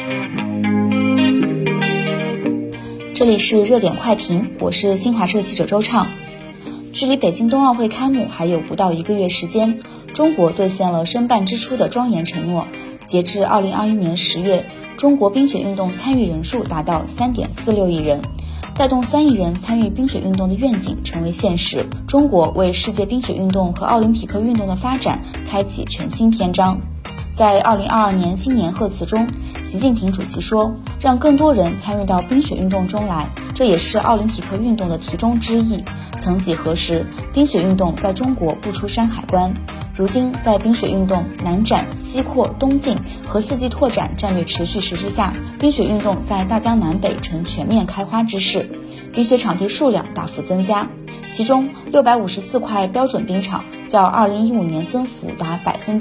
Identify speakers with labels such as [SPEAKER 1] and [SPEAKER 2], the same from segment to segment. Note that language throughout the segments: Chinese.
[SPEAKER 1] 这里是热点快评，我是新华社记者周畅。距离北京冬奥会开幕还有不到1个月时间，中国兑现了申办之初的庄严承诺。截至2021年10月，中国冰雪运动参与人数达到3.46亿人，带动3亿人参与冰雪运动的愿景成为现实。中国为世界冰雪运动和奥林匹克运动的发展开启全新篇章。在2022年新年贺词中，习近平主席说，让更多人参与到冰雪运动中来，这也是奥林匹克运动的题中之意。曾几何时，冰雪运动在中国不出山海关，如今在冰雪运动南展、西扩、东进和4季拓展战略持续实施下，冰雪运动在大江南北呈全面开花之势，冰雪场地数量大幅增加，其中654块标准冰场较2015年增幅达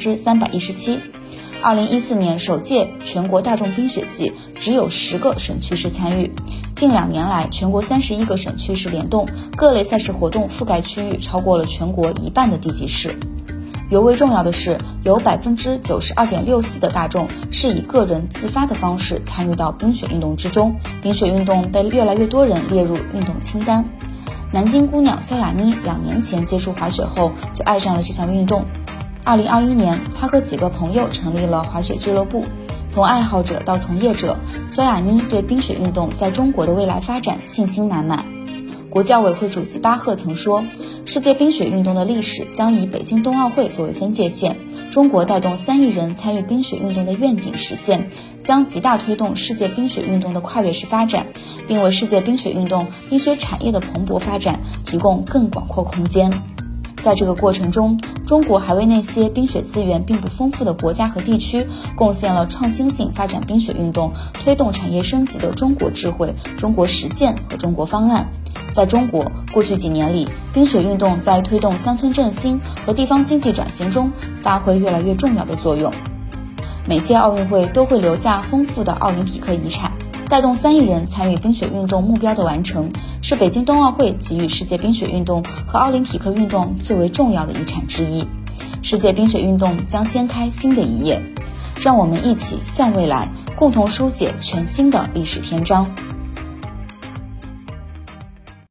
[SPEAKER 1] 317%。2014年首届全国大众冰雪季只有10个省区市参与，近2年来全国31个省区市联动，各类赛事活动覆盖区域超过了全国1半的地级市。尤为重要的是，有92.64%的大众是以个人自发的方式参与到冰雪运动之中，冰雪运动被越来越多人列入运动清单。南京姑娘肖雅妮2年前接触滑雪后就爱上了这项运动。2021年，她和几个朋友成立了滑雪俱乐部。从爱好者到从业者，肖雅妮对冰雪运动在中国的未来发展信心满满。国际奥委会主席巴赫曾说，世界冰雪运动的历史将以北京冬奥会作为分界线，中国带动3亿人参与冰雪运动的愿景实现，将极大推动世界冰雪运动的跨越式发展，并为世界冰雪运动冰雪产业的蓬勃发展提供更广阔空间。在这个过程中，中国还为那些冰雪资源并不丰富的国家和地区贡献了创新性发展冰雪运动、推动产业升级的中国智慧、中国实践和中国方案。在中国，过去几年里，冰雪运动在推动乡村振兴和地方经济转型中发挥越来越重要的作用。每届奥运会都会留下丰富的奥林匹克遗产，带动3亿人参与冰雪运动目标的完成，是北京冬奥会给予世界冰雪运动和奥林匹克运动最为重要的遗产之一。世界冰雪运动将掀开新的一页，让我们一起向未来，共同书写全新的历史篇章。